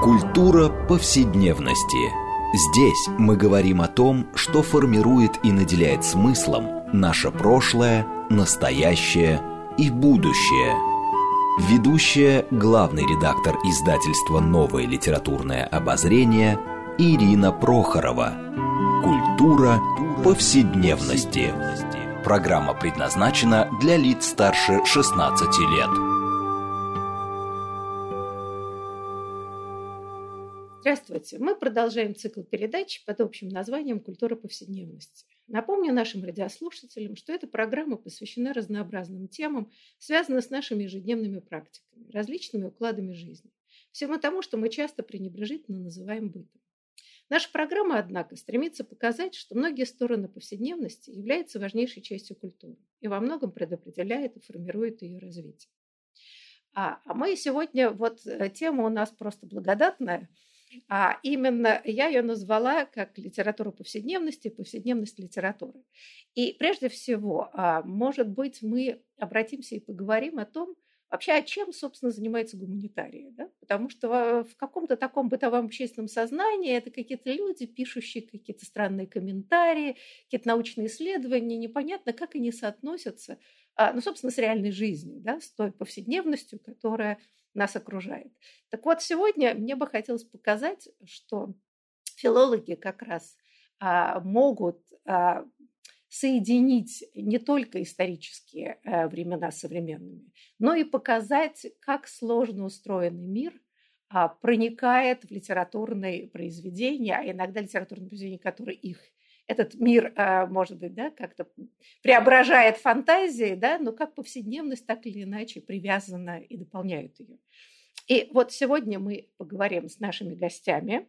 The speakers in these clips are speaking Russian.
Культура повседневности. Здесь мы говорим о том, что формирует и наделяет смыслом наше прошлое, настоящее и будущее. Ведущая, главный редактор издательства «Новое литературное обозрение» Ирина Прохорова. Культура повседневности. Программа предназначена для лиц старше 16 лет. Здравствуйте! Мы продолжаем цикл передач под общим названием «Культура повседневности». Напомню нашим радиослушателям, что эта программа посвящена разнообразным темам, связанным с нашими ежедневными практиками, различными укладами жизни, всему тому, что мы часто пренебрежительно называем бытом. Наша программа, однако, стремится показать, что многие стороны повседневности являются важнейшей частью культуры и во многом предопределяет и формирует ее развитие. А мы сегодня, тема у нас просто благодатная, а именно я ее назвала как литература повседневности, повседневность литературы. И прежде всего, может быть, мы обратимся и поговорим о том, вообще, о чем, собственно, занимается гуманитария. Да? Потому что в каком-то таком бытовом общественном сознании это какие-то люди, пишущие какие-то странные комментарии, какие-то научные исследования, непонятно, как они соотносятся, собственно, с реальной жизнью, да? С той повседневностью, которая нас окружает. Так вот, сегодня мне бы хотелось показать, что филологи как раз могут соединить не только исторические времена с современными, но и показать, как сложно устроенный мир проникает в литературные произведения, а иногда литературные произведения, которые этот мир, может быть, да, как-то преображает фантазии, да, но как повседневность так или иначе привязана и дополняют ее. И вот сегодня мы поговорим с нашими гостями.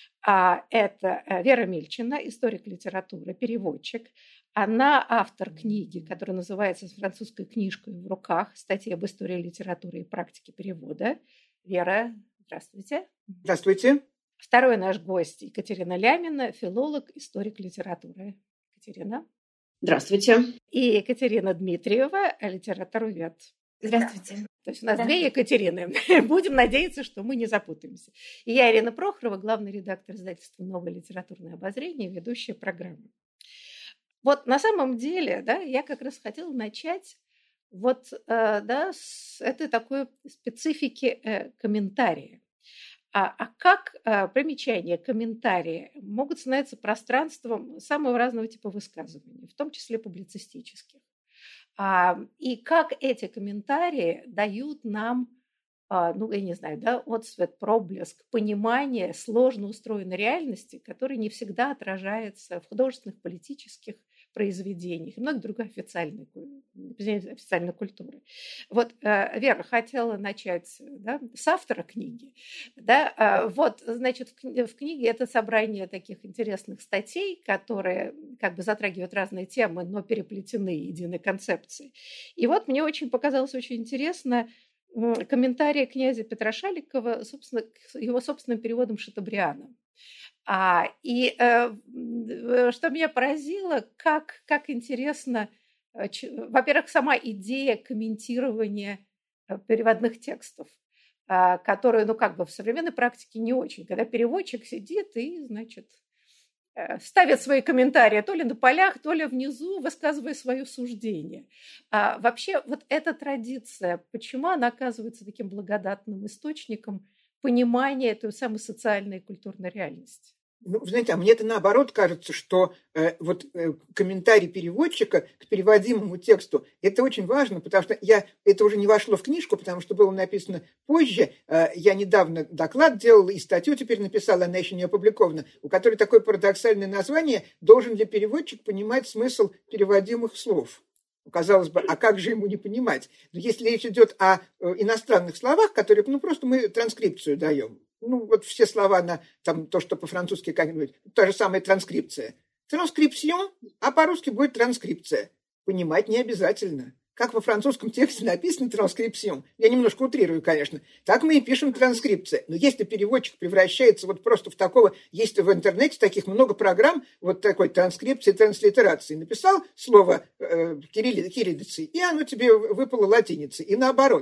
Это Вера Мильчина, историк литературы, переводчик. Она автор книги, которая называется «С французской книжкой в руках. Статьи об истории литературы и практике перевода». Вера, здравствуйте. Здравствуйте. Второй наш гость Екатерина Лямина, филолог, историк литературы. Екатерина. Здравствуйте. И Екатерина Дмитриева, литературовед. Здравствуйте. То есть у нас две Екатерины. Будем надеяться, что мы не запутаемся. И я, Ирина Прохорова, главный редактор издательства «Новое литературное обозрение», ведущая программы. Вот на самом деле, да, я как раз хотела начать с этой такой специфики комментария. Как примечания, комментарии могут становиться пространством самого разного типа высказываний, в том числе публицистических. И как эти комментарии дают нам, отсвет, проблеск, понимание сложно устроенной реальности, которая не всегда отражается в художественных, политических произведениях и многих других официальной культуры. Вот Вера хотела начать, да, с автора книги. Да, в книге это собрание таких интересных статей, которые как бы затрагивают разные темы, но переплетены единой концепцией. И вот мне показалось очень интересно комментарий князя Петра Шаликова, собственно, его собственным переводом Шатобриана. И что меня поразило, как интересно, во-первых, сама идея комментирования переводных текстов, которые, в современной практике не очень, когда переводчик сидит и, ставит свои комментарии то ли на полях, то ли внизу, высказывая свое суждение. Вообще, эта традиция, почему она оказывается таким благодатным источником понимания той самой социальной и культурной реальности? Вы знаете, мне-то наоборот кажется, что комментарий переводчика к переводимому тексту – это очень важно, потому что это уже не вошло в книжку, потому что было написано позже. Я недавно доклад делала и статью теперь написала, она еще не опубликована, у которой такое парадоксальное название «Должен ли переводчик понимать смысл переводимых слов?» Казалось бы, а как же ему не понимать? Но если речь идет о иностранных словах, которые просто мы транскрипцию даем. Все слова на то, что по-французски как-нибудь, та же самая транскрипция. Транскрипсион, а по-русски будет транскрипция. Понимать не обязательно. Как во французском тексте написано транскрипсион, я немножко утрирую, конечно, так мы и пишем транскрипция. Но если переводчик превращается просто в такого, есть в интернете таких много программ, такой транскрипции, транслитерации. Написал слово кириллицей, и оно тебе выпало латиницей. И наоборот.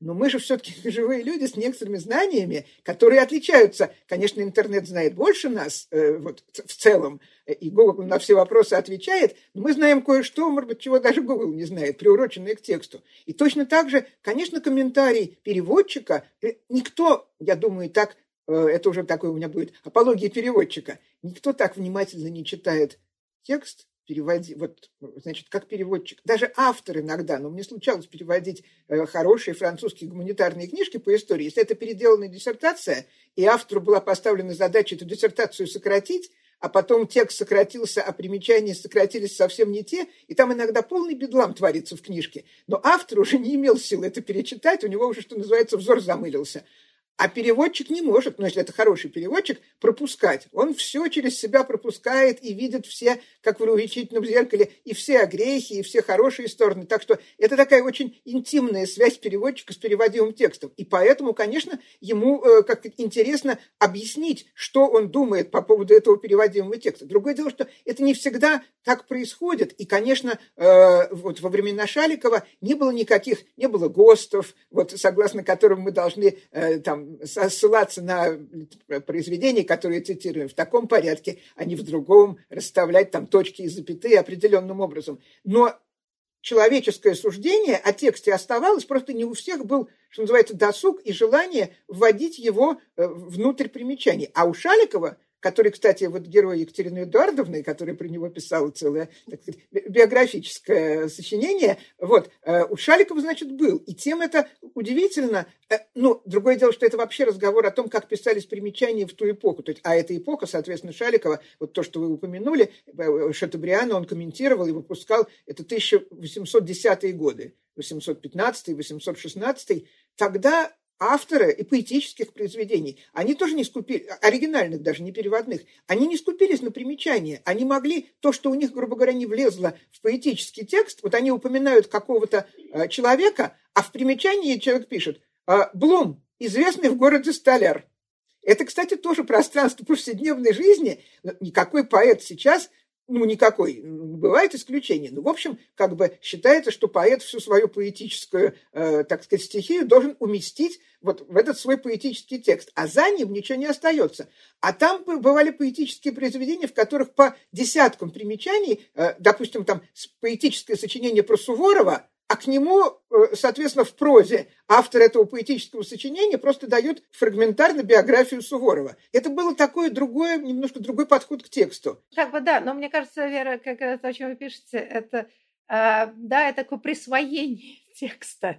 Но мы же все-таки живые люди с некоторыми знаниями, которые отличаются. Конечно, интернет знает больше нас вот, в целом, и Google на все вопросы отвечает, но мы знаем кое-что, может быть, чего даже Google не знает, приуроченное к тексту. И точно так же, конечно, комментарий переводчика, никто, я думаю, так, это уже такой у меня будет апология переводчика, никто так внимательно не читает текст, переводить, вот, значит, как переводчик, даже автор иногда, но мне случалось переводить хорошие французские гуманитарные книжки по истории. Если это переделанная диссертация, и автору была поставлена задача эту диссертацию сократить, а потом текст сократился, а примечания сократились совсем не те, и там иногда полный бедлам творится в книжке. Но автор уже не имел сил это перечитать, у него уже, что называется, взор замылился. А переводчик не может, ну, если это хороший переводчик, пропускать. Он все через себя пропускает и видит все, как в увеличительном зеркале, и все огрехи, и все хорошие стороны. Так что это такая очень интимная связь переводчика с переводимым текстом. И поэтому, конечно, ему как интересно объяснить, что он думает по поводу этого переводимого текста. Другое дело, что это не всегда так происходит. И, конечно, вот во времена Шаликова не было ГОСТов, вот, согласно которым мы должны там ссылаться на произведения, которые цитируем в таком порядке, а не в другом, расставлять там точки и запятые определенным образом. Но человеческое суждение о тексте оставалось, просто не у всех был, что называется, досуг и желание вводить его внутрь примечаний. А у Шаликова, который, кстати, вот герой Екатерины Эдуардовны, который про него писал целое, так сказать, биографическое сочинение, вот, у Шаликова, значит, был. И тем это удивительно. Ну, другое дело, что это вообще разговор о том, как писались примечания в ту эпоху. То есть, а эта эпоха, соответственно, Шаликова, вот то, что вы упомянули, Шатобриана он комментировал и выпускал, это 1810-е годы, 815-й, 816-й. Тогда авторы и поэтических произведений, они тоже не скупили, оригинальных даже, не переводных, они не скупились на примечания. Они могли, то, что у них, грубо говоря, не влезло в поэтический текст, вот они упоминают какого-то человека, а в примечании человек пишет «Блум, известный в городе столяр». Это, кстати, тоже пространство повседневной жизни. Никакой поэт сейчас, ну, никакой, бывают исключения. Но, в общем, как бы считается, что поэт всю свою поэтическую, так сказать, стихию должен уместить вот в этот свой поэтический текст. А за ним ничего не остается. А там бывали поэтические произведения, в которых по десяткам примечаний, допустим, там поэтическое сочинение про Суворова, а к нему, соответственно, в прозе автор этого поэтического сочинения просто дает фрагментарно биографию Суворова. Это было такое другое, немножко другой подход к тексту. Как бы да, но мне кажется, Вера, как это, о чем вы пишете, это, да, это такое присвоение текста,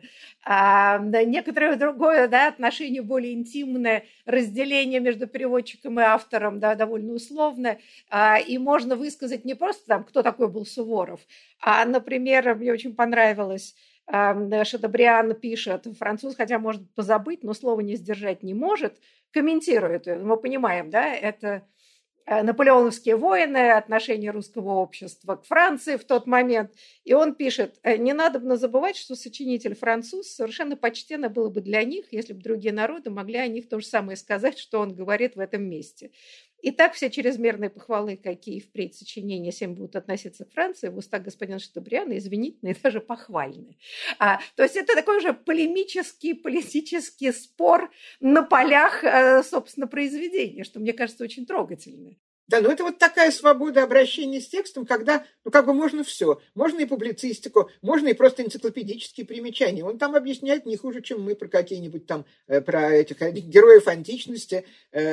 некоторое другое, да, отношение более интимное, разделение между переводчиком и автором, да, довольно условное, и можно высказать не просто там, кто такой был Суворов, а, например, мне очень понравилось, Шатобриан пишет, француз, хотя может позабыть, но слово не сдержать не может, комментирует, мы понимаем, да, это наполеоновские войны, отношение русского общества к Франции в тот момент. И он пишет, не надо забывать, что сочинитель француз совершенно почтенно было бы для них, если бы другие народы могли о них то же самое сказать, что он говорит в этом месте. И так все чрезмерные похвалы, какие впредь сочинения всем будут относиться к Франции, в устах господина Шатобриана извинительные и даже похвальные. То есть это такой уже полемический, политический спор на полях, собственно, произведения, что, мне кажется, очень трогательно. Да, ну это вот такая свобода обращения с текстом, когда, ну как бы можно все. Можно и публицистику, можно и просто энциклопедические примечания. Он там объясняет не хуже, чем мы про какие-нибудь там, про этих героев античности.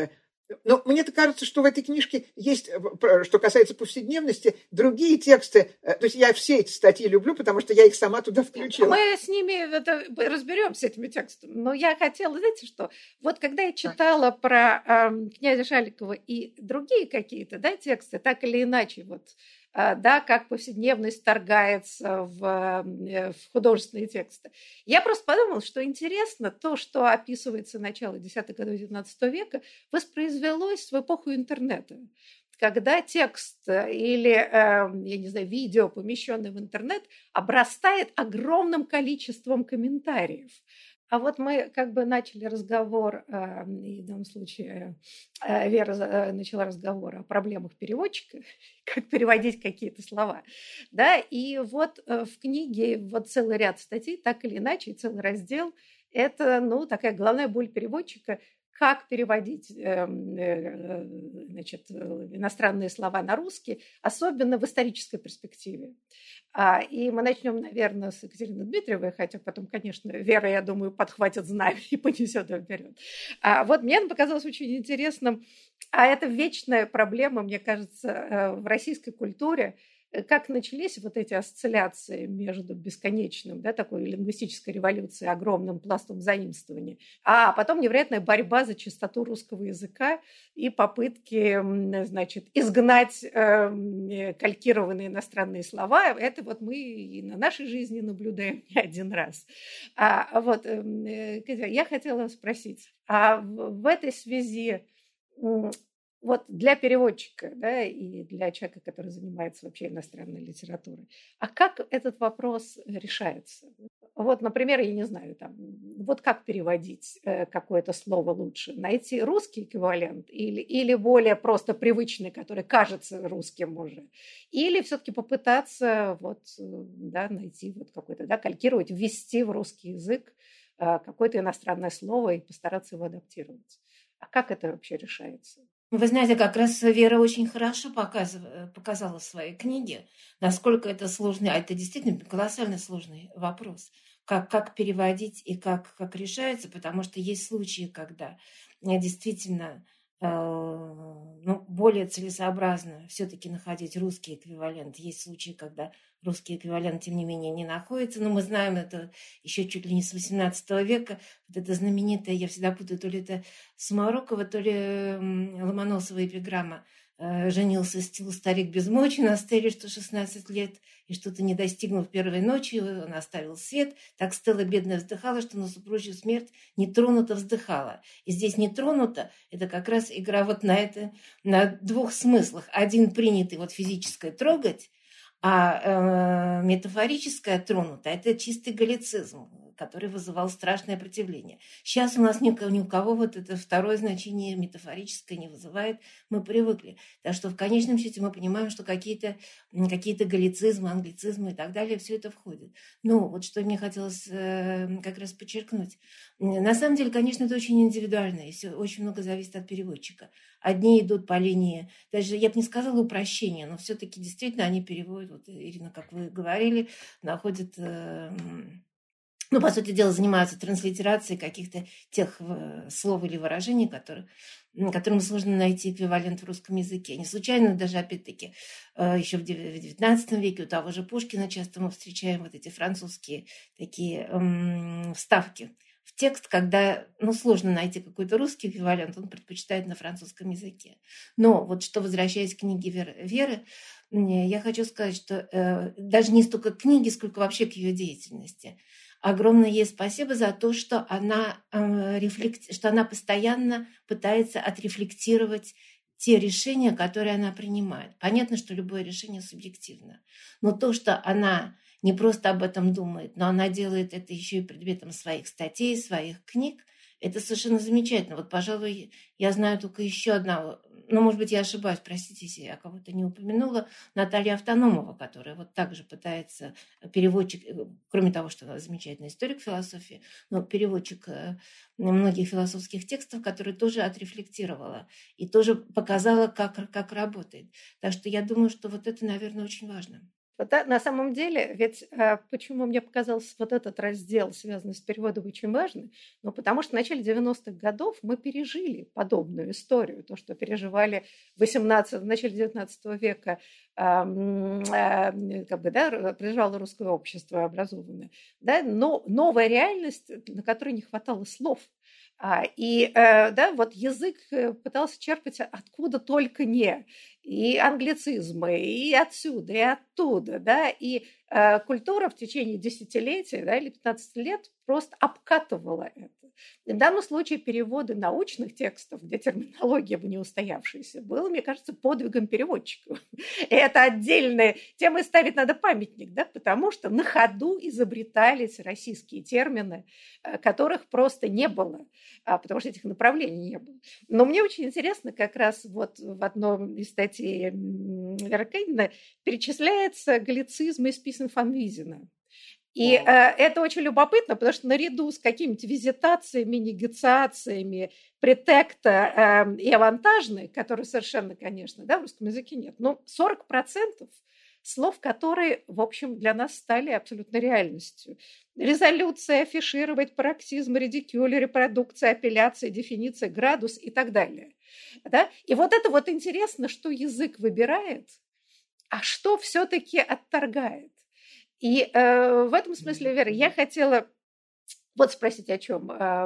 Но мне-то кажется, что в этой книжке есть, что касается повседневности, другие тексты. То есть я все эти статьи люблю, потому что я их сама туда включила. Мы с ними разберемся, с этими текстами. Но я хотела, знаете что, вот когда я читала про князя Шаликова и другие какие-то, да, тексты, так или иначе, вот, да, как повседневность вторгается в художественные тексты. Я просто подумала, что интересно то, что описывается начало 10-х годов XIX века, воспроизвелось в эпоху интернета. Когда текст или, я не знаю, видео, помещенное в интернет, обрастает огромным количеством комментариев. А вот мы как бы начали разговор, и в данном случае Вера начала разговор о проблемах переводчика, как переводить какие-то слова. Да? И вот в книге вот целый ряд статей, так или иначе, целый раздел Это, такая головная боль переводчика, как переводить иностранные слова на русский, особенно в исторической перспективе. И мы начнем, наверное, с Екатерины Дмитриевой, хотя потом, конечно, Вера, я думаю, подхватит знамя и понесет его вперед. Вот мне показалось очень интересным, это вечная проблема, мне кажется, в российской культуре, как начались вот эти осцилляции между бесконечным, такой лингвистической революцией, огромным пластом заимствований, а потом невероятная борьба за чистоту русского языка и попытки, изгнать калькированные иностранные слова. Это вот мы и на нашей жизни наблюдаем не один раз. Я хотела спросить, в этой связи вот для переводчика, и для человека, который занимается вообще иностранной литературой, как этот вопрос решается? Вот, например, я не знаю, вот как переводить какое-то слово луше? Найти русский эквивалент или более просто привычный, который кажется русским уже? Или все-таки попытаться найти какой-то, калькировать, ввести в русский язык какое-то иностранное слово и постараться его адаптировать? Как это вообще решается? Вы знаете, как раз Вера очень хорошо показала в своей книге, насколько это сложный, это действительно колоссально сложный вопрос, как переводить и как решается, потому что есть случаи, когда действительно более целесообразно все-таки находить русский эквивалент. Есть случаи, когда русский эквивалент, тем не менее, не находится, но мы знаем это еще чуть ли не с XVIII века. Вот это знаменитое, я всегда путаю, то ли это Сумарокова, то ли Ломоносова эпиграмма. Женился Стилу старик без мочи на Стелле, что 16 лет, и что-то не достигнув первой ночи, он оставил свет. Так Стелла бедная вздыхала, что на супружью смерть нетронуто вздыхала. И здесь нетронуто – это как раз игра вот на двух смыслах. Один принятый физическое трогать, а метафорическое тронуто – это чистый галлицизм, который вызывал страшное противление. Сейчас у нас ни у кого вот это второе значение метафорическое не вызывает, мы привыкли. Так что в конечном счете мы понимаем, что какие-то галлицизмы, англицизмы и так далее, все это входит. Вот что мне хотелось как раз подчеркнуть. На самом деле, конечно, это очень индивидуально, и все очень много зависит от переводчика. Одни идут по линии, даже я бы не сказала упрощения, но все-таки действительно они переводят, вот Ирина, как вы говорили, находят... по сути дела, занимаются транслитерацией каких-то тех слов или выражений, которым сложно найти эквивалент в русском языке. Не случайно даже, опять-таки, еще в XIX веке у того же Пушкина часто мы встречаем вот эти французские такие вставки в текст, когда сложно найти какой-то русский эквивалент, он предпочитает на французском языке. Но вот что, возвращаясь к книге Веры, я хочу сказать, что даже не столько к книге, сколько вообще к ее деятельности. Огромное ей спасибо за то, что она постоянно пытается отрефлектировать те решения, которые она принимает. Понятно, что любое решение субъективно. Но то, что она не просто об этом думает, но она делает это еще и предметом своих статей, своих книг, это совершенно замечательно. Вот, пожалуй, я знаю только еще одного, может быть, я ошибаюсь, простите, если я кого-то не упомянула, Наталья Автономова, которая вот также пытается, переводчик, кроме того, что она замечательный историк философии, но переводчик многих философских текстов, который тоже отрефлектировала и тоже показала, как работает. Так что я думаю, что вот это, наверное, очень важно. На самом деле, ведь почему мне показался вот этот раздел, связанный с переводом, очень важным? Потому что в начале 90-х годов мы пережили подобную историю, то, что переживали в начале 19 века, переживало русское общество образованное. Но новая реальность, на которой не хватало слов. Язык пытался черпать откуда только не. И англицизмы, и отсюда, и оттуда, и культура в течение десятилетий, или 15 лет просто обкатывала это. В данном случае переводы научных текстов, где терминология бы не устоявшаяся, было, мне кажется, подвигом переводчиков. И это отдельная тема, ставить надо памятник, потому что на ходу изобретались российские термины, которых просто не было, потому что этих направлений не было. Но мне очень интересно, как раз вот в одном из статей Веры Кейна перечисляется галлицизм из писем фон Визина. И это очень любопытно, потому что наряду с какими-то визитациями, негациациями, претекта и авантажной, которые совершенно, конечно, да, в русском языке нет, но 40% слов, которые, в общем, для нас стали абсолютно реальностью. Резолюция, афишировать, пароксизм, редикюль, репродукция, апелляция, дефиниция, градус и так далее. Да? И вот это вот интересно, что язык выбирает, а что все-таки отторгает. И в этом смысле, Вера, я хотела вот спросить о чем.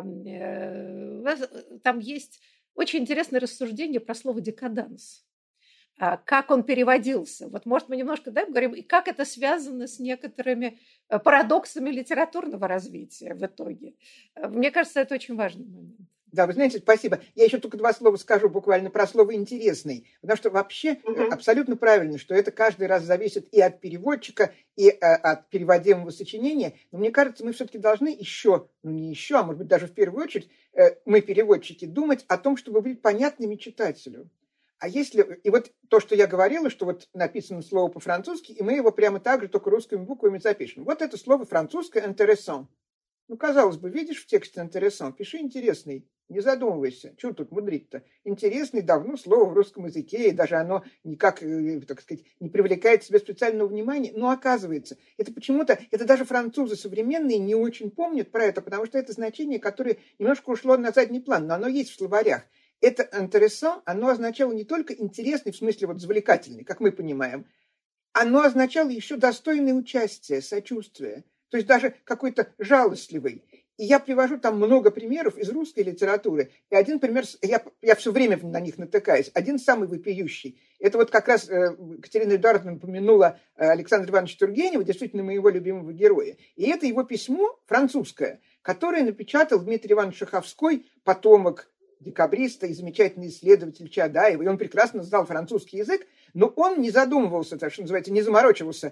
Там есть очень интересное рассуждение про слово «декаданс». Как он переводился. Вот, может, мы немножко говорим, и как это связано с некоторыми парадоксами литературного развития в итоге. Мне кажется, это очень важный момент. Да, вы знаете, спасибо. Я еще только 2 слова скажу буквально про слово «интересный». Потому что вообще абсолютно правильно, что это каждый раз зависит и от переводчика, и от переводимого сочинения. Но мне кажется, мы все-таки должны еще, а может быть даже в первую очередь, мы, переводчики, думать о том, чтобы быть понятными читателю. А если... И вот то, что я говорила, что вот написано слово по-французски, и мы его прямо так же, только русскими буквами запишем. Вот это слово французское «intéressant». Казалось бы, видишь в тексте «intéressant», пиши «интересный». Не задумывайся, что тут мудрить-то. Интересный давно слово в русском языке, и даже оно никак, так сказать, не привлекает к себе специального внимания. Но оказывается, это почему-то, это даже французы современные не очень помнят про это, потому что это значение, которое немножко ушло на задний план, но оно есть в словарях. Это «intéressant», оно означало не только интересный, в смысле вот завлекательный, как мы понимаем, оно означало еще достойное участие, сочувствие, то есть даже какой-то жалостливый. И я привожу там много примеров из русской литературы. И один пример, я все время на них натыкаюсь, один самый вопиющий. Это вот как раз Катерина Эдуардовна упомянула Александра Ивановича Тургенева, действительно моего любимого героя. И это его письмо французское, которое напечатал Дмитрий Иванович Шаховской, потомок декабриста и замечательный исследователь Чаадаева, и он прекрасно знал французский язык, но он не задумывался, так что называется, не заморачивался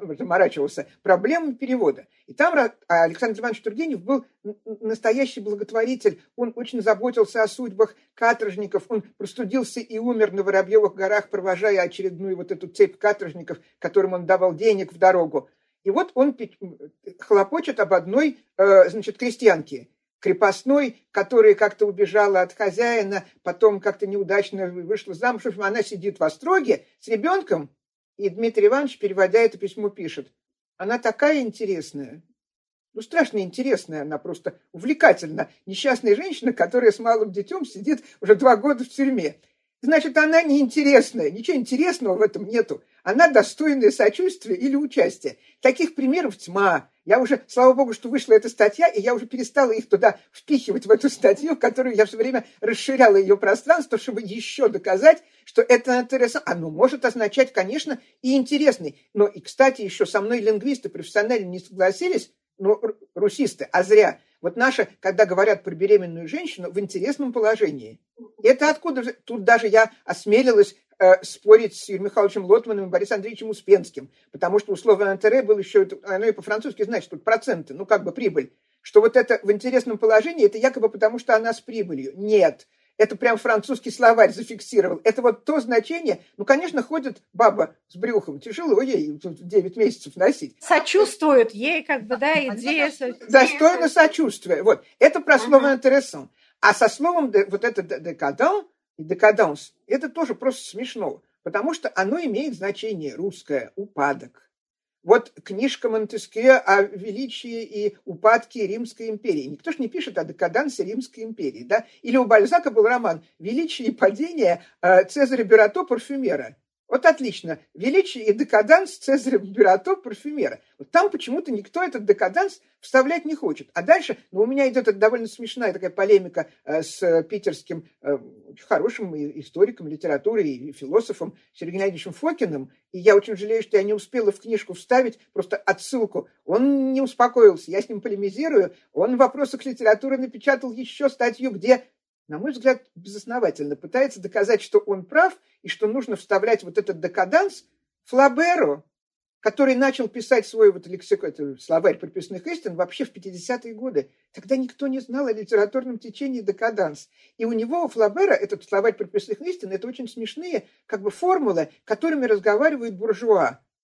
проблемами перевода. И там Александр Иванович Тургенев был настоящий благотворитель, он очень заботился о судьбах каторжников, он простудился и умер на Воробьевых горах, провожая очередную вот эту цепь каторжников, которым он давал денег в дорогу. И вот он хлопочет об одной, крестьянке, крепостной, которая как-то убежала от хозяина, потом как-то неудачно вышла замуж. В общем, она сидит в остроге с ребенком, и Дмитрий Иванович, переводя это письмо, пишет: она такая интересная. Страшно интересная, она просто увлекательна. Несчастная женщина, которая с малым детем сидит уже 2 года в тюрьме. Значит, она неинтересная, ничего интересного в этом нету. Она достойная сочувствия или участия. Таких примеров тьма. Я уже, слава богу, что вышла эта статья, и я уже перестала их туда впихивать, в эту статью, в которую я все время расширяла ее пространство, чтобы еще доказать, что это интересно. Оно может означать, конечно, и интересный. Но и, кстати, еще со мной лингвисты профессионально не согласились, русисты, а зря. Вот наши, когда говорят про беременную женщину, в интересном положении. Это откуда? Тут даже я осмелилась спорить с Юрием Михайловичем Лотманом и Борисом Андреевичем Успенским, потому что у слова «интере» было еще, оно и по-французски значит, тут проценты, прибыль. Что вот это в интересном положении, это якобы потому, что она с прибылью. Нет. Это прям французский словарь зафиксировал. Это вот то значение. Конечно, ходит баба с брюхом. Тяжело ей 9 месяцев носить. Сочувствует ей, идея. Достойно сочувствия. Вот. Это про слово «intéressant». А со словом вот это «décadent» и «décadence» это тоже просто смешно. Потому что оно имеет значение русское «упадок». Вот книжка Монтескье о величии и упадке Римской империи. Никто ж не пишет о декадансе Римской империи, да? Или у Бальзака был роман «Величие и падение Цезаря Бюрато парфюмера». Вот отлично. Величие и декаданс Цезаря Бюрато парфюмера. Вот там почему-то никто этот декаданс вставлять не хочет. А дальше, у меня идет довольно смешная такая полемика с питерским очень хорошим историком литературы и философом Сергеем Геннадьевичем Фокиным. И я очень жалею, что я не успела в книжку вставить просто отсылку. Он не успокоился, я с ним полемизирую. Он в вопросах литературы напечатал еще статью, где, на мой взгляд, безосновательно пытается доказать, что он прав, и что нужно вставлять вот этот декаданс Флаберу, который начал писать свой лексикон, словарь прописных истин вообще в 50-е годы. Тогда никто не знал о литературном течении декаданс. И у него, у Флабера, этот словарь прописных истин, это очень смешные формулы, которыми разговаривают буржуа.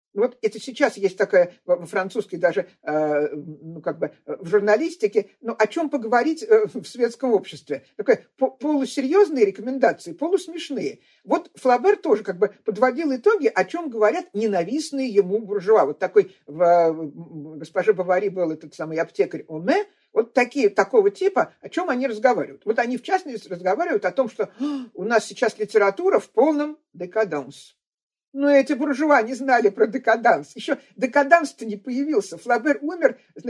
Вот это сейчас есть такая во французской даже, в журналистике, о чем поговорить в светском обществе. Такое полусерьезные рекомендации, полусмешные. Вот Флабер тоже подводил итоги, о чем говорят ненавистные ему буржуа. Вот такой в госпоже Бавари был этот самый аптекарь Оме. Вот такого типа, о чем они разговаривают. Вот они, в частности, разговаривают о том, что у нас сейчас литература в полном декадансе. Но эти буржуа не знали про декаданс. Еще декаданс-то не появился. Флабер умер, в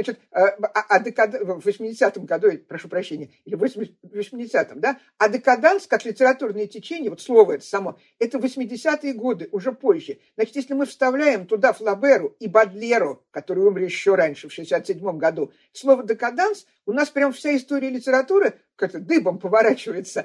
80-м году, прошу прощения, или в 80-м, да? А декаданс, как литературное течение, вот слово это само, это 80-е годы, уже позже. Значит, если мы вставляем туда Флаберу и Бодлеру, который умер еще раньше, в 67-м году, слово декаданс, у нас прям вся история литературы как-то дыбом поворачивается.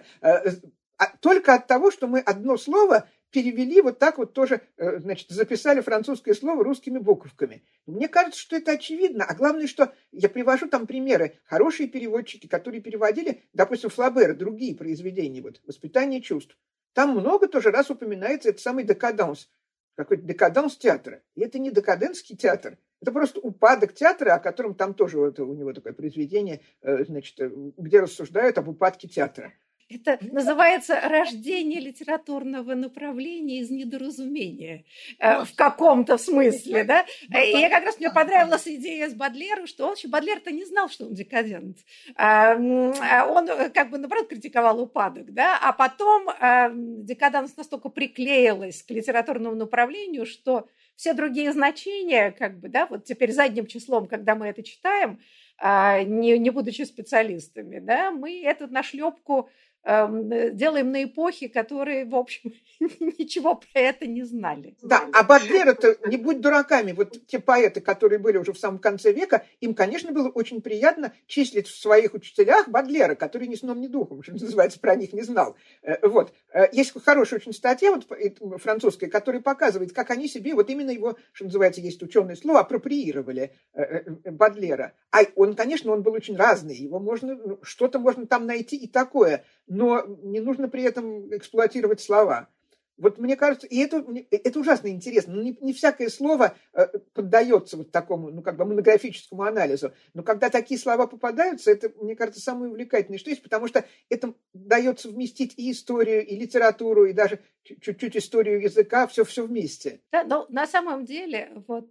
Только от того, что мы одно слово перевели вот так вот тоже, записали французское слово русскими буковками. Мне кажется, что это очевидно. А главное, что я привожу там примеры. Хорошие переводчики, которые переводили, допустим, Флабера, другие произведения, вот «Воспитание чувств». Там много тоже раз упоминается этот самый декаданс. Какой-то декаданс театра. И это не декадентский театр. Это просто упадок театра, о котором там тоже у него такое произведение, где рассуждают об упадке театра. Это называется рождение литературного направления из недоразумения в каком-то смысле, да? И мне понравилась идея с Бодлером, что вообще Бодлер-то не знал, что он декадент. Он наоборот критиковал упадок, да? А потом декаданс настолько приклеилась к литературному направлению, что все другие значения, вот теперь задним числом, когда мы это читаем, не будучи специалистами, да, мы эту нашлепку делаем на эпохе, которые, в общем, ничего про это не знали. Да, а Бодлер-то, не будь дураками, вот те поэты, которые были уже в самом конце века, им, конечно, было очень приятно числить в своих учителях Бодлера, который ни сном, ни духом, что называется, про них не знал. Вот. Есть хорошая очень статья французская, которая показывает, как они себе, вот именно его, что называется, есть ученое слово, апроприировали Бодлера. А он, конечно, он был очень разный, его что-то можно там найти и такое, но не нужно при этом эксплуатировать слова. Вот мне кажется, и это ужасно интересно. Не всякое слово поддается вот такому, монографическому анализу. Но когда такие слова попадаются, это, мне кажется, самое увлекательное, что есть, потому что это дается вместить и историю, и литературу, и даже чуть-чуть историю языка, все вместе. Да, но на самом деле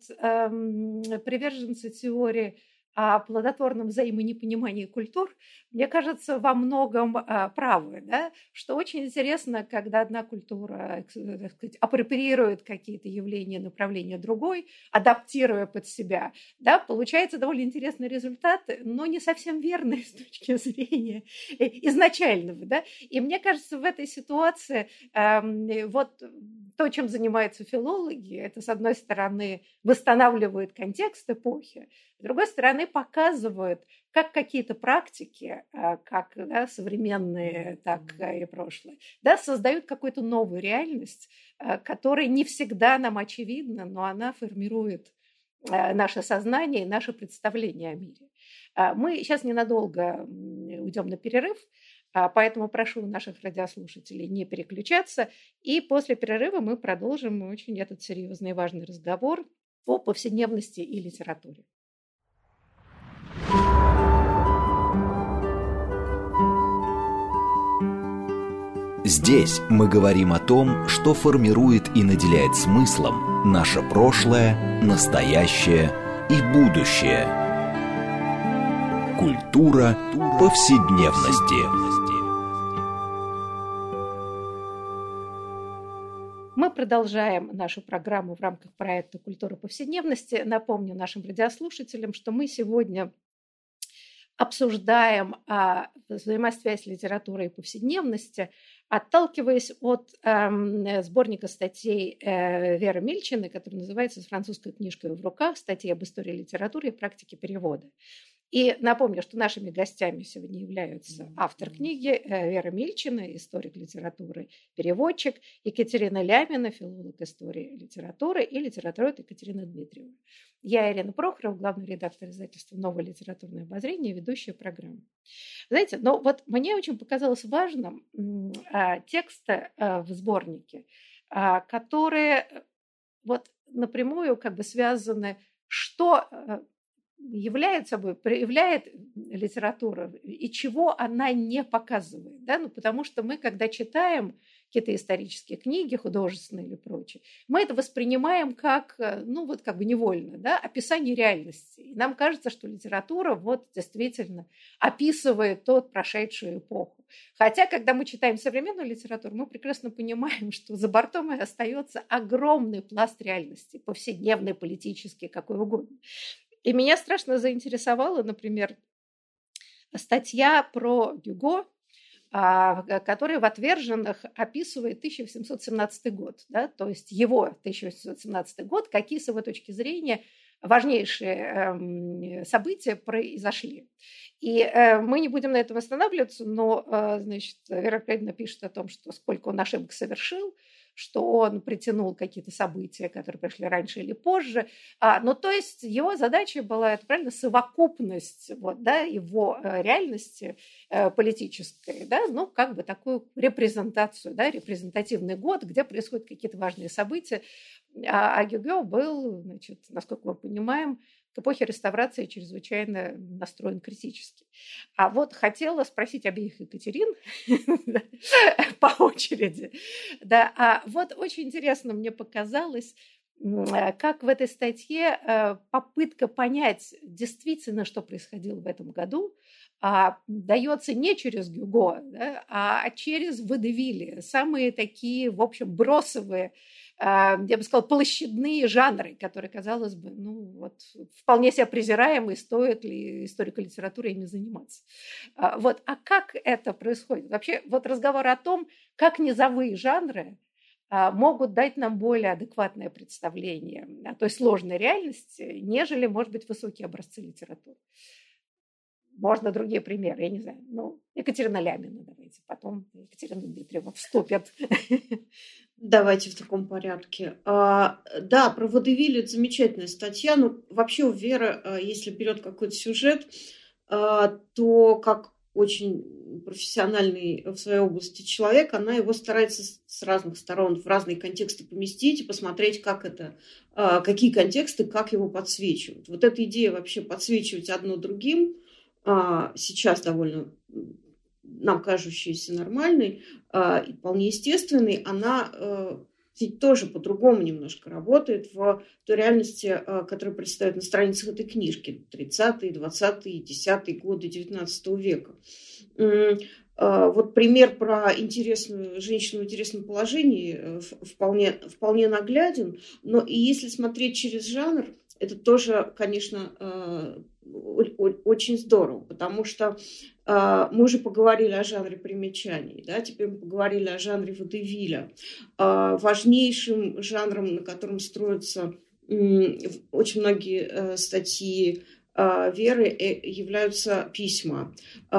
приверженцы теории о плодотворном взаимонепонимании культур, мне кажется, во многом правы, да? Что очень интересно, когда одна культура, так сказать, апроприирует какие-то явления, направления другой, адаптируя под себя, да, получается довольно интересный результат, но не совсем верный с точки зрения изначального, да? И мне кажется, в этой ситуации вот то, чем занимаются филологи, это, с одной стороны, восстанавливает контекст эпохи, с другой стороны, показывают, как какие-то практики, как современные, так и прошлые, создают какую-то новую реальность, которая не всегда нам очевидна, но она формирует наше сознание и наше представление о мире. Мы сейчас ненадолго уйдем на перерыв, поэтому прошу наших радиослушателей не переключаться, и после перерыва мы продолжим очень этот серьезный и важный разговор о повседневности и литературе. Здесь мы говорим о том, что формирует и наделяет смыслом наше прошлое, настоящее и будущее. Культура повседневности. Мы продолжаем нашу программу в рамках проекта «Культура повседневности». Напомню нашим радиослушателям, что мы сегодня обсуждаем взаимосвязь литературы и повседневности, отталкиваясь от сборника статей Веры Мильчиной, который называется «С французской книжкой в руках. Статьи об истории литературы и практике перевода». И напомню, что нашими гостями сегодня являются автор книги Вера Мильчина, историк литературы, переводчик, Екатерина Лямина, филолог истории литературы, и литературовед Екатерина Дмитриева. Я Ирина Прохорова, главный редактор издательства «Новое литературное обозрение», ведущая программы. Знаете, но вот мне очень показалось важным тексты в сборнике, которые вот напрямую как бы связаны, что являет собой, проявляет литература и чего она не показывает. Да? Ну, потому что мы, когда читаем какие-то исторические книги, художественные или прочее, мы это воспринимаем как, ну вот как бы невольно, да, описание реальности. И нам кажется, что литература вот действительно описывает тот прошедшую эпоху. Хотя, когда мы читаем современную литературу, мы прекрасно понимаем, что за бортом остается огромный пласт реальности, повседневный, политический, какой угодно. И меня страшно заинтересовала, например, статья про Гюго, который в «Отверженных» описывает 1817 год, да, то есть его 1817 год, какие с его точки зрения важнейшие события произошли. И мы не будем на этом останавливаться, но, значит, Вера Аркадьевна пишет о том, что сколько он ошибок совершил, что он притянул какие-то события, которые пришли раньше или позже. Ну, то есть его задача была, это правильно, совокупность вот, да, его реальности политической, да, ну, как бы такую репрезентацию, да, репрезентативный год, где происходят какие-то важные события. А Гюго был, значит, насколько мы понимаем, к эпохе реставрации чрезвычайно настроен критически. А вот хотела спросить обеих Екатерин по очереди. Да, а вот очень интересно мне показалось, как в этой статье попытка понять действительно, что происходило в этом году, дается не через Гюго, да, а через Водевилли. Самые такие, в общем, бросовые, я бы сказала, площадные жанры, которые, казалось бы, ну, вот, вполне себе презираемые, стоит ли историко литературой ими заниматься. Вот. А как это происходит? Вообще, вот разговор о том, как низовые жанры могут дать нам более адекватное представление о той сложной реальности, нежели, может быть, высокие образцы литературы. Можно другие примеры, я не знаю. Ну, Екатерина Лямина, давайте, потом Екатерина Дмитриева вступят. Давайте в таком порядке. Да, про Водевиль это замечательная статья. Но вообще у Веры, если берет какой-то сюжет, то как очень профессиональный в своей области человек, она его старается с разных сторон в разные контексты поместить и посмотреть, как это, какие контексты, как его подсвечивают. Вот эта идея вообще подсвечивать одно другим, сейчас довольно нам кажущаяся нормальной и вполне естественной, она тоже по-другому немножко работает в той реальности, которая представит на страницах этой книжки 30-е, 20-е, 10-е годы XIX века. Вот пример про интересную женщину в интересном положении вполне нагляден, но и если смотреть через жанр, это тоже, конечно, очень здорово, потому что мы уже поговорили о жанре примечаний, да, теперь мы поговорили о жанре водевиля. Важнейшим жанром, на котором строятся очень многие статьи Веры, являются письма.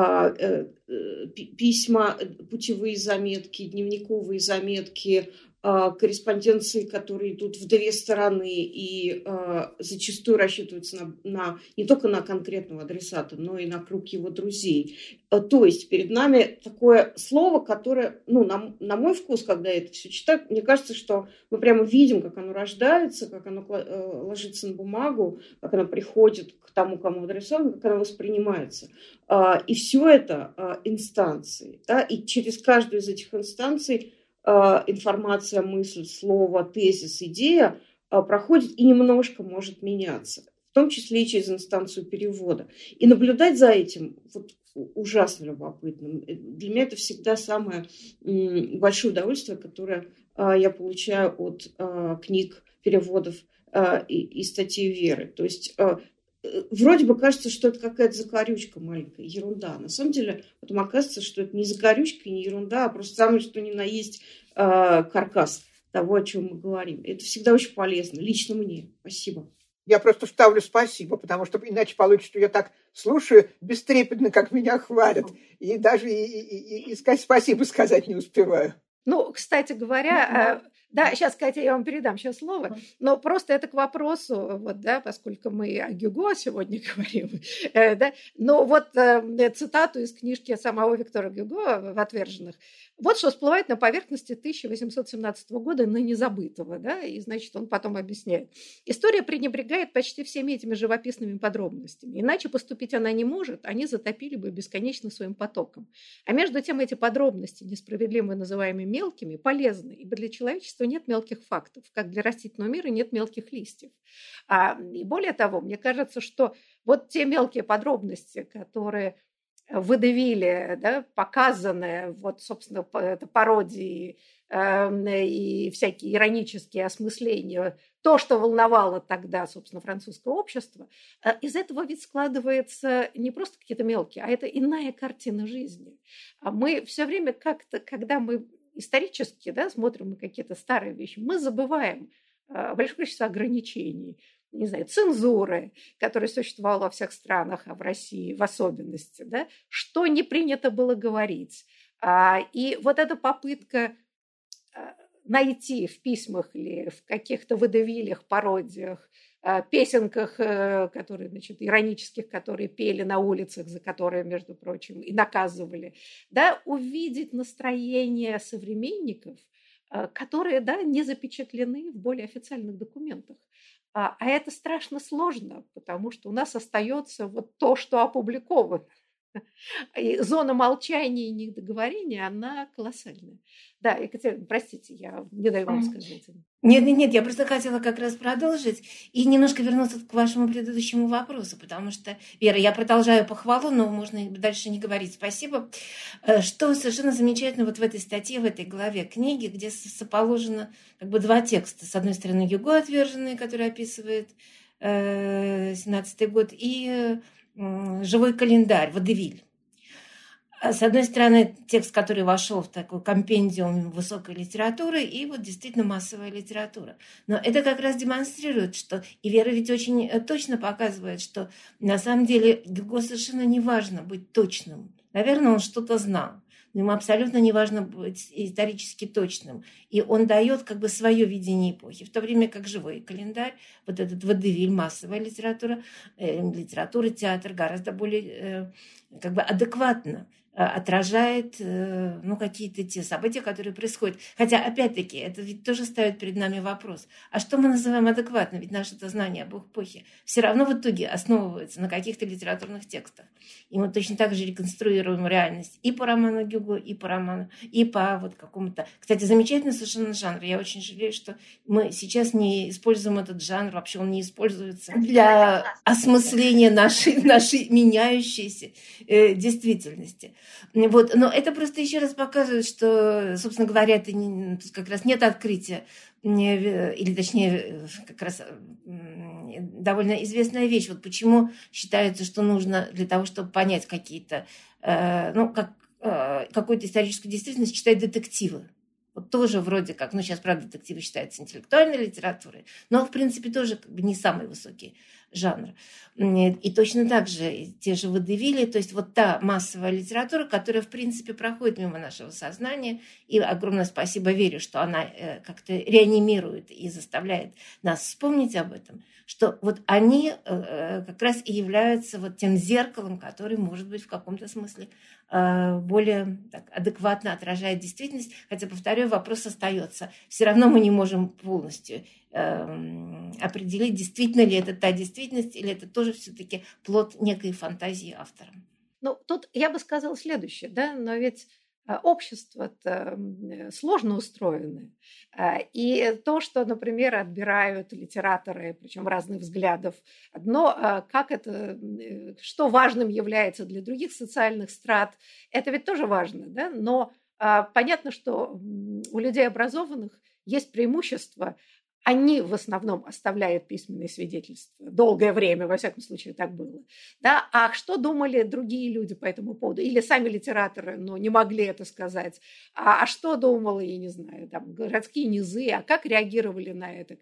Письма, путевые заметки, дневниковые заметки, корреспонденции, которые идут в две стороны и зачастую рассчитываются не только на конкретного адресата, но и на круг его друзей. То есть перед нами такое слово, которое, ну, на мой вкус, когда я это все читаю, мне кажется, что мы прямо видим, как оно рождается, как оно ложится на бумагу, как оно приходит к тому, кому адресовано, как оно воспринимается. И все это инстанции. Да? И через каждую из этих инстанций информация, мысль, слово, тезис, идея проходит и немножко может меняться, в том числе и через инстанцию перевода. И наблюдать за этим вот ужасно любопытно. Для меня это всегда самое большое удовольствие, которое я получаю от книг, переводов и статей Веры. То есть вроде бы кажется, что это какая-то закорючка маленькая, ерунда. На самом деле потом оказывается, что это не закорючка и не ерунда, а просто самое что ни на есть каркас того, о чем мы говорим. Это всегда очень полезно, лично мне. Спасибо. Я просто вставлю спасибо, потому что иначе получится, что я так слушаю бестрепетно, как меня хвалят. И даже и сказать спасибо сказать не успеваю. Ну, кстати говоря, Да, сейчас, Катя, я вам передам сейчас слово, но просто это к вопросу, вот, да, поскольку мы о Гюго сегодня говорим, да, но вот цитату из книжки самого Виктора Гюго в «Отверженных». Вот что всплывает на поверхности 1817 года, ныне забытого, да, и, значит, он потом объясняет. История пренебрегает почти всеми этими живописными подробностями. Иначе поступить она не может, они затопили бы бесконечно своим потоком. А между тем эти подробности, несправедливо называемые мелкими, полезны, ибо для человечества нет мелких фактов, как для растительного мира нет мелких листьев. И более того, мне кажется, что вот те мелкие подробности, которые выдавили, да, показанные, вот, собственно, это пародии и всякие иронические осмысления, то, что волновало тогда, собственно, французское общество, из этого ведь складывается не просто какие-то мелкие, а это иная картина жизни. А мы все время как-то, когда мы исторически, да, смотрим на какие-то старые вещи, мы забываем большое количество ограничений, не знаю, цензуры, которая существовала во всех странах, а в России в особенности, да, что не принято было говорить. И вот эта попытка найти в письмах или в каких-то водевилях, пародиях, песенках, которые, значит, иронических, которые пели на улицах, за которые, между прочим, и наказывали, да, увидеть настроение современников, которые, да, не запечатлены в более официальных документах. А это страшно сложно, потому что у нас остается вот то, что опубликовано. И зона молчания и недоговорения, она колоссальная. Да, Екатерина, простите, я не даю вам сказать. Нет, я просто хотела как раз продолжить и немножко вернуться к вашему предыдущему вопросу, потому что, Вера, я продолжаю похвалу, но можно дальше не говорить. Спасибо. Что совершенно замечательно вот в этой статье, в этой главе книги, где соположено как бы два текста. С одной стороны, Гюго «Отверженные», который описывает 17-й год, и «Живой календарь», «Водевиль». С одной стороны, текст, который вошел в такой компендиум высокой литературы, и вот действительно массовая литература. Но это как раз демонстрирует, что, и Вера ведь очень точно показывает, что на самом деле Гюго совершенно не важно быть точным. Наверное, он что-то знал, но ему абсолютно не важно быть исторически точным. И он дает как бы свое видение эпохи, в то время как «Живой календарь», вот этот водевиль, массовая литература, театр гораздо более как бы адекватно отражает какие-то те события, которые происходят. Хотя, опять-таки, это ведь тоже ставит перед нами вопрос. А что мы называем адекватно? Ведь наше знание об эпохе все равно в итоге основывается на каких-то литературных текстах. И мы точно так же реконструируем реальность и по роману Гюго, и по роману, и по вот какому-то... Кстати, замечательный совершенно жанр. Я очень жалею, что мы сейчас не используем этот жанр, вообще он не используется для осмысления нашей меняющейся действительности. Вот. Но это просто еще раз показывает, что, собственно говоря, это тут как раз нет открытия, или точнее, как раз довольно известная вещь. Вот почему считается, что нужно для того, чтобы понять какие-то, какую-то историческую действительность, читать детективы. Вот тоже вроде как, сейчас, правда, детективы считаются интеллектуальной литературой, но, в принципе, тоже как бы не самый высокий жанр. И точно так же те же водевили, то есть вот та массовая литература, которая, в принципе, проходит мимо нашего сознания, и огромное спасибо Вере, что она как-то реанимирует и заставляет нас вспомнить об этом, что вот они как раз и являются вот тем зеркалом, который, может быть, в каком-то смысле более так адекватно отражает действительность. Хотя, повторяю, вопрос остается. Все равно мы не можем полностью определить, действительно ли это та действительность, или это тоже все-таки плод некой фантазии автора. Тут я бы сказала следующее, да, но ведь общество-то сложно устроено. И то, что, например, отбирают литераторы, причем разных взглядов, одно, как это, что важным является для других социальных страт, это ведь тоже важно, да, но понятно, что у людей образованных есть преимущество. Они в основном оставляют письменные свидетельства. Долгое время, во всяком случае, так было. Да? А что думали другие люди по этому поводу? Или сами литераторы, не могли это сказать. А что думала, я не знаю, городские низы, а как реагировали на это,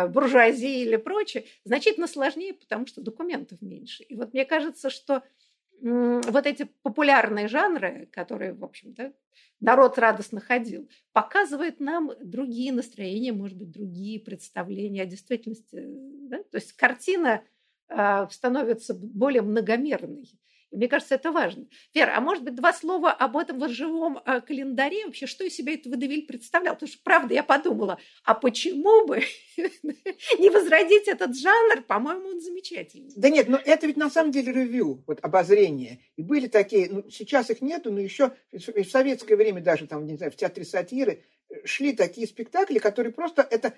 буржуазия или прочее? Значительно сложнее, потому что документов меньше. И вот мне кажется, что вот эти популярные жанры, которые, в общем, да, народ радостно ходил, показывает нам другие настроения, может быть, другие представления о действительности. Да? То есть картина становится более многомерной. И мне кажется, это важно. Вера, а может быть, 2 слова об этом вот живом календаре? Вообще, что из себя это Водевиль представлял? Потому что, правда, я подумала, а почему бы не возродить этот жанр? По-моему, он замечательный. Да нет, но это ведь на самом деле ревью, вот обозрение. И были такие, сейчас их нету, но еще в советское время даже, там, не знаю, в театре сатиры шли такие спектакли, которые просто это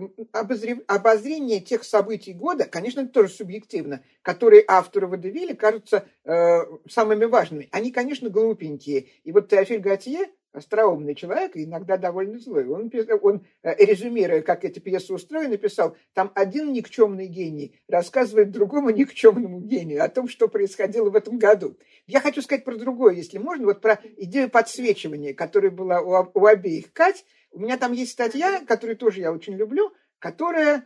обозрение тех событий года, конечно, это тоже субъективно, которые автору Водевиля кажутся самыми важными. Они, конечно, глупенькие. И вот Теофиль Готье, остроумный человек, иногда довольно злой, он резюмируя, как эта пьеса устроена, писал, там один никчемный гений рассказывает другому никчемному гению о том, что происходило в этом году. Я хочу сказать про другое, если можно, вот про идею подсвечивания, которая была у обеих Кать. У меня там есть статья, которую тоже я очень люблю, которая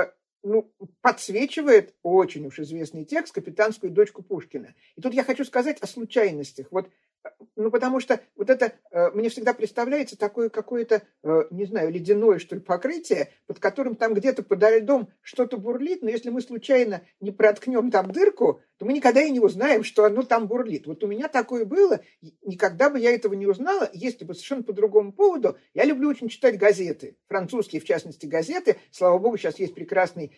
подсвечивает очень уж известный текст «Капитанскую дочку Пушкина». И тут я хочу сказать о случайностях. Потому что вот это мне всегда представляется такое какое-то, не знаю, ледяное, что ли, покрытие, под которым там где-то подо льдом что-то бурлит, но если мы случайно не проткнем там дырку, то мы никогда и не узнаем, что оно там бурлит. Вот у меня такое было, никогда бы я этого не узнала, если бы совершенно по другому поводу. Я люблю очень читать газеты, французские, в частности, газеты. Слава богу, сейчас есть прекрасный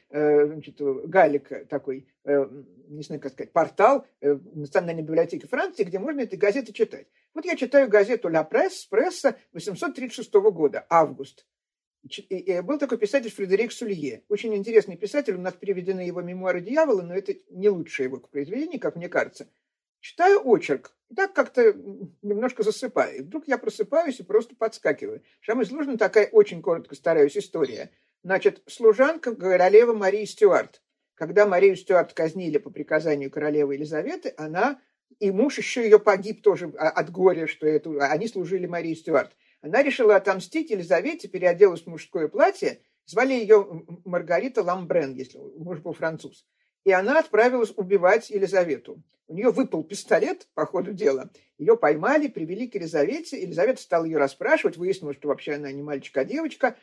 Галик такой, не знаю, как сказать, портал Национальной библиотеки Франции, где можно эти газеты читать. Вот я читаю газету «Ла Пресс», пресса 836 года, август. И был такой писатель Фредерик Сулье. Очень интересный писатель, у нас переведены его «Мемуары дьявола», но это не лучшее его произведение, как мне кажется. Читаю очерк, и так как-то немножко засыпаю. И вдруг я просыпаюсь и просто подскакиваю. Самая сложная такая, очень коротко стараюсь, история. Значит, служанка королевы Марии Стюарт. Когда Марию Стюарт казнили по приказанию королевы Елизаветы, и муж еще ее погиб тоже от горя, что они служили Марии Стюарт. Она решила отомстить Елизавете, переоделась в мужское платье. Звали ее Маргарита Ламбрен, если муж был француз. И она отправилась убивать Елизавету. У нее выпал пистолет по ходу дела. Ее поймали, привели к Елизавете. Елизавета стала ее расспрашивать. Выяснилось, что вообще она не мальчик, а девочка.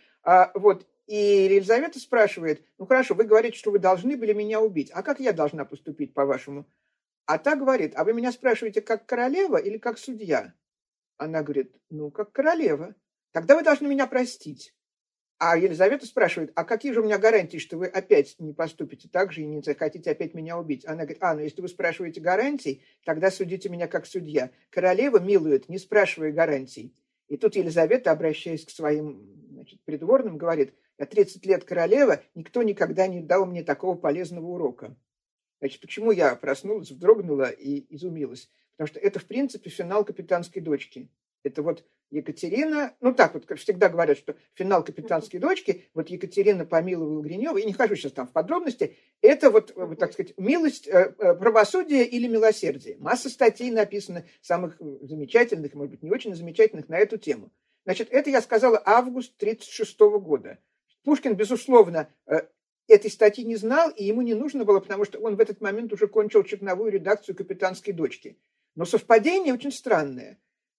И Елизавета спрашивает, хорошо, вы говорите, что вы должны были меня убить. А как я должна поступить, по-вашему? А та говорит, а вы меня спрашиваете, как королева или как судья? Она говорит, как королева. Тогда вы должны меня простить. А Елизавета спрашивает, а какие же у меня гарантии, что вы опять не поступите так же и не захотите опять меня убить? Она говорит, если вы спрашиваете гарантий, тогда судите меня как судья. Королева милует, не спрашивая гарантий. И тут Елизавета, обращаясь к своим придворным, говорит, я 30 лет королева, никто никогда не дал мне такого полезного урока. Почему я проснулась, вздрогнула и изумилась? Потому что это, в принципе, финал «Капитанской дочки». Это вот Екатерина, как всегда говорят, что финал «Капитанской дочки», вот Екатерина помиловала Гринева, я не хожу сейчас там в подробности, это так сказать, милость, правосудие или милосердие. Масса статей написано, самых замечательных, может быть, не очень замечательных на эту тему. Это я сказала август 1936 года. Пушкин, безусловно, этой статьи не знал, и ему не нужно было, потому что он в этот момент уже кончил черновую редакцию «Капитанской дочки». Но совпадение очень странное.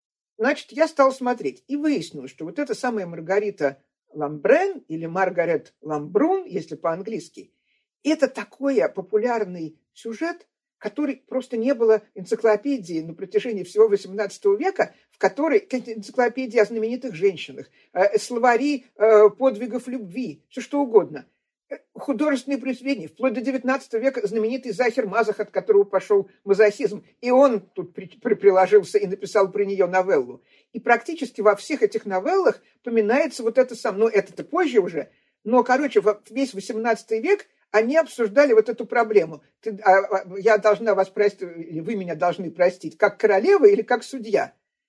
Я стал смотреть, и выяснилось, что вот эта самая Маргарита Ламбрен, или Маргарет Ламбрун, если по-английски, это такой популярный сюжет, который просто не было энциклопедии на протяжении всего XVIII века, в которой энциклопедии о знаменитых женщинах, словари подвигов любви, все что угодно. Художественные произведения, вплоть до XIX века знаменитый Захер Мазах, от которого пошел мазохизм, и он тут приложился и написал про нее новеллу. И практически во всех этих новеллах поминается вот это самое, это-то позже уже, но, весь XVIII век они обсуждали вот эту проблему. Я должна вас простить, или вы меня должны простить, как королева или как судья.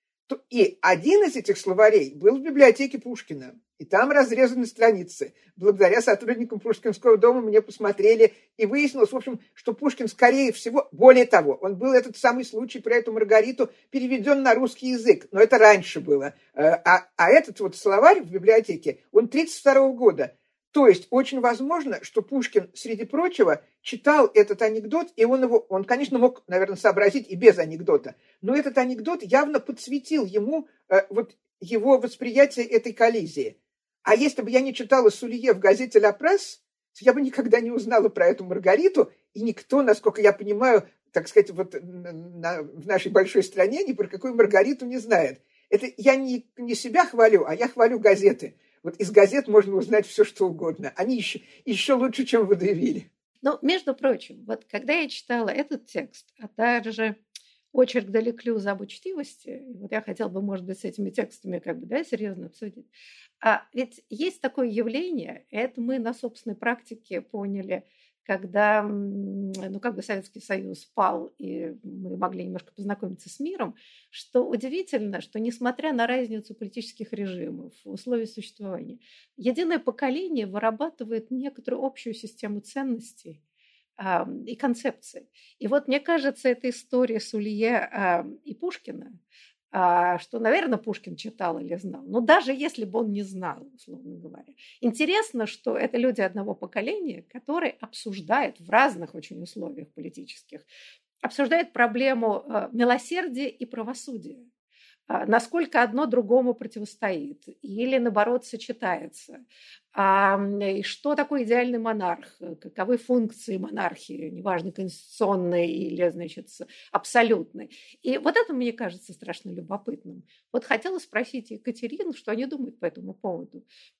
И один из этих словарей был в библиотеке Пушкина. И там разрезаны страницы. Благодаря сотрудникам Пушкинского дома мне посмотрели, и выяснилось, в общем, что Пушкин, скорее всего, более того, он был этот самый случай про эту Маргариту переведен на русский язык, но это раньше было. А этот словарь в библиотеке, он 1932 года. То есть очень возможно, что Пушкин, среди прочего, читал этот анекдот, и он, конечно, мог, наверное, сообразить и без анекдота, но этот анекдот явно подсветил ему вот его восприятие этой коллизии. А если бы я не читала Сулье в газете «Ля Пресс», я бы никогда не узнала про эту Маргариту, и никто, насколько я понимаю, так сказать, вот в нашей большой стране ни про какую Маргариту не знает. Это я не себя хвалю, а я хвалю газеты. Вот из газет можно узнать все, что угодно. Они еще лучше, чем в водевиле. Но, между прочим, вот когда я читала этот текст, а также очерк Делеклюза об учтивости, вот я хотела бы, может быть, с этими текстами серьезно обсудить. Ведь есть такое явление, это мы на собственной практике поняли, когда Советский Союз пал, и мы могли немножко познакомиться с миром, что удивительно, что несмотря на разницу политических режимов, условий существования, единое поколение вырабатывает некоторую общую систему ценностей и концепций. И вот мне кажется, эта история Сулье и Пушкина, что, наверное, Пушкин читал или знал, но даже если бы он не знал, условно говоря. Интересно, что это люди одного поколения, которые обсуждают в разных очень условиях политических, обсуждают проблему милосердия и правосудия. Насколько одно другому противостоит или, наоборот, сочетается. И что такое идеальный монарх, каковы функции монархии, неважно, конституционной или, абсолютной. И вот это, мне кажется, страшно любопытным. Вот хотела спросить Екатерину, что они думают по этому поводу.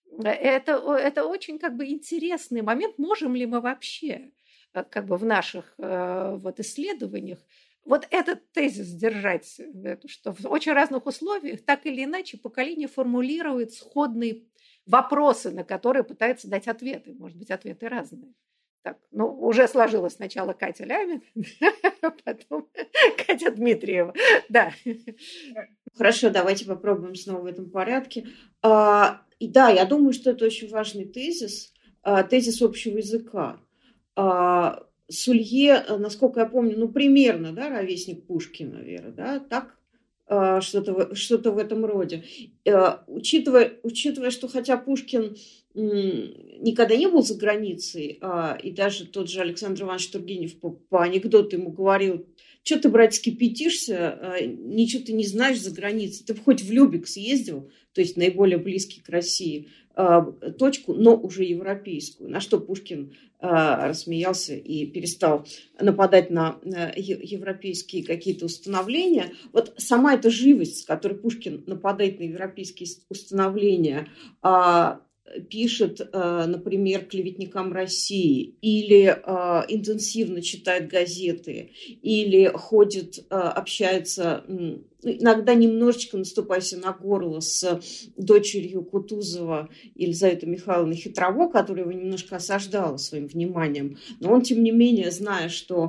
Это очень интересный момент. Можем ли мы вообще в наших исследованиях вот этот тезис держать, что в очень разных условиях так или иначе поколение формулирует сходные вопросы, на которые пытается дать ответы. Может быть, ответы разные. Так, уже сложилось сначала Катя Лямин, потом Катя Дмитриева. Да. Хорошо, давайте попробуем снова в этом порядке. И да, я думаю, что это очень важный тезис, тезис общего языка. Сулье, насколько я помню, примерно, ровесник Пушкина, Вера, так? Что-то в этом роде. Учитывая, что хотя Пушкин никогда не был за границей, и даже тот же Александр Иванович Тургенев по анекдоту ему говорил: что ты, братец, кипятишься, ничего ты не знаешь за границей, ты бы хоть в Любек съездил, то есть наиболее близкий к России точку, но уже европейскую. На что Пушкин рассмеялся и перестал нападать на европейские какие-то установления. Вот сама эта живость, с которой Пушкин нападает на европейские установления, пишет, например, клеветникам России, или интенсивно читает газеты, или ходит, общается, иногда немножечко наступая на горло с дочерью Кутузова Елизаветы Михайловны Хитрово, которая его немножко осаждала своим вниманием. Но он, тем не менее, зная, что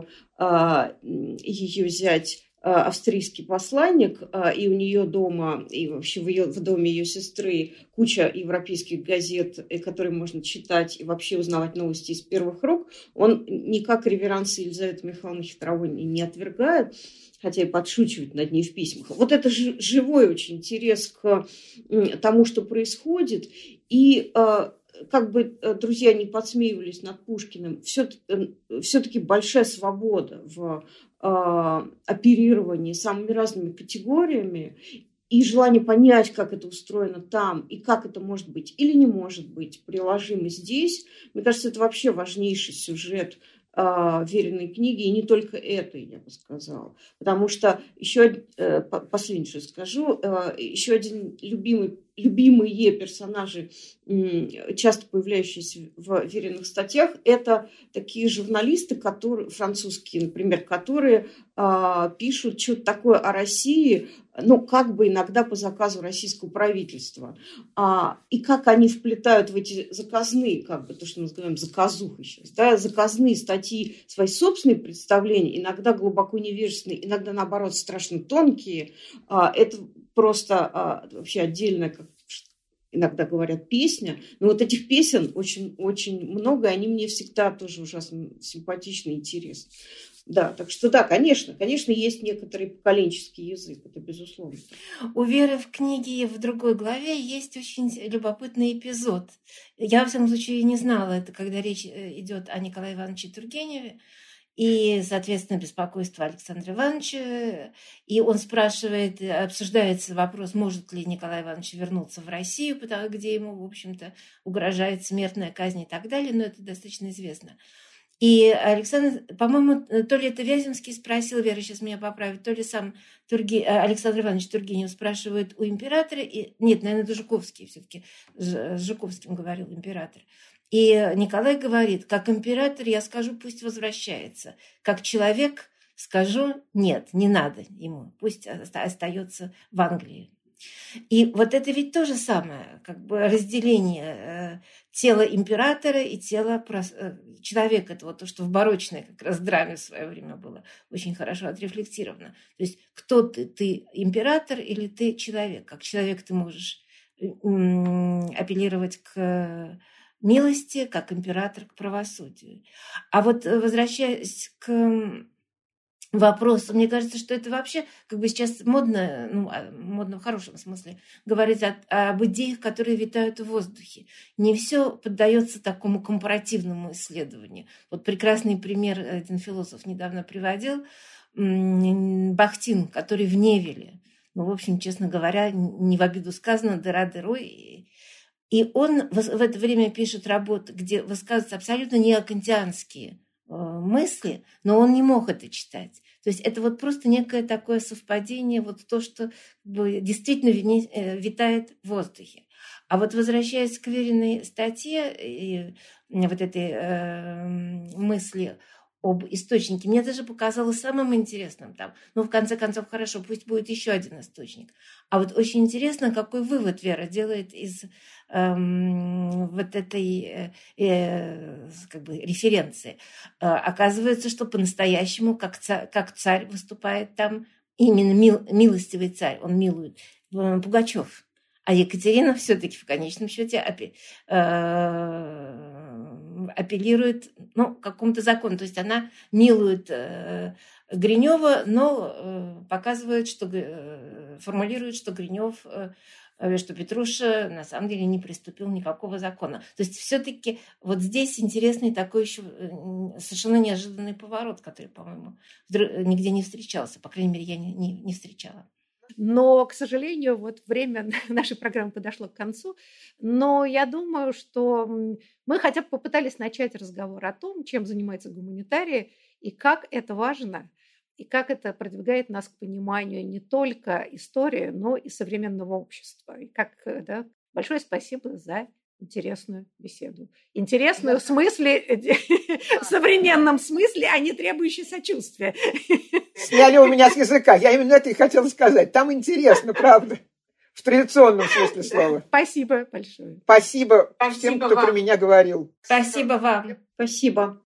ее зять австрийский посланник, и у нее дома, и вообще в доме ее сестры куча европейских газет, которые можно читать и вообще узнавать новости из первых рук, он никак реверансы Елизаветы Михайловны Хитровой не отвергает, хотя и подшучивает над ней в письмах. Вот это живой очень интерес к тому, что происходит, и как бы друзья не подсмеивались над Пушкиным, все-таки большая свобода в оперировании самыми разными категориями и желание понять, как это устроено там, и как это может быть или не может быть приложимо здесь. Мне кажется, это вообще важнейший сюжет Вериной книги, и не только этой, я бы сказала. Потому что еще, последнее, что скажу, еще один любимые персонажи, часто появляющиеся в Вериных статьях, это такие журналисты, французские, например, которые пишут что-то такое о России, как бы иногда по заказу российского правительства. И как они вплетают в эти заказные, то, что мы называем заказухой сейчас, заказные статьи свои собственные представления, иногда глубоко невежественные, иногда, наоборот, страшно тонкие. Это просто вообще отдельная, как иногда говорят, песня. Но вот этих песен очень, очень много, и они мне всегда тоже ужасно симпатичны и интересны. Да, так что да, конечно, есть некоторый поколенческий язык, это безусловно. У Веры в книге в другой главе есть очень любопытный эпизод. Я, во всяком случае, не знала это, когда речь идет о Николае Ивановиче Тургеневе, и, соответственно, беспокойство Александра Ивановича. И он спрашивает, обсуждается вопрос, может ли Николай Иванович вернуться в Россию, где ему, в общем-то, угрожает смертная казнь и так далее, но это достаточно известно. И Александр, по-моему, то ли это Вяземский спросил, Вера сейчас меня поправит, то ли сам Александр Иванович Тургенев спрашивает у императора, нет, наверное, это Жуковский все-таки, с Жуковским говорил император. И Николай говорит, как император я скажу, пусть возвращается, как человек скажу, нет, не надо ему, пусть остается в Англии. И вот это ведь то же самое, как бы разделение тела императора и тела человека. Это вот то, что в барочной как раз драме в свое время было очень хорошо отрефлектировано. То есть кто ты? Ты император или ты человек? Как человек ты можешь апеллировать к милости, как император к правосудию. А вот возвращаясь к вопросу, мне кажется, что это вообще как бы сейчас модно, модно в хорошем смысле, говорить об идеях, которые витают в воздухе. Не все поддается такому компаративному исследованию. Вот прекрасный пример один философ недавно приводил, Бахтин, который в Невеле. В общем, честно говоря, не в обиду сказано, дыра дырой. И он в это время пишет работы, где высказываются абсолютно неокантианские мысли, но он не мог это читать. То есть это вот просто некое такое совпадение, вот то, что действительно витает в воздухе. А вот возвращаясь к Вериной статье и вот этой мысли об источнике, мне даже показалось самым интересным там. В конце концов, хорошо, пусть будет еще один источник. А вот очень интересно, какой вывод Вера делает из вот этой как бы референции. Оказывается, что по-настоящему как царь выступает там именно милостивый царь, он милует Пугачев. А Екатерина все-таки в конечном счете апеллирует к какому-то закону. То есть она милует Гринева, но показывает, формулирует, что Гринев, что Петруша на самом деле не приступил никакого закона. То есть все-таки вот здесь интересный такой еще совершенно неожиданный поворот, который, по-моему, нигде не встречался. По крайней мере, я не встречала. Но, к сожалению, вот время нашей программы подошло к концу. Но я думаю, что мы хотя бы попытались начать разговор о том, чем занимаются гуманитарии, и как это важно, и как это продвигает нас к пониманию не только истории, но и современного общества. И большое спасибо за интересную беседу. Интересную в смысле, в современном смысле, а не требующей сочувствия. Сняли у меня с языка. Я именно это и хотела сказать. Там интересно, правда. В традиционном смысле слова. Спасибо большое. Спасибо всем, кто про меня говорил. Спасибо вам. Спасибо.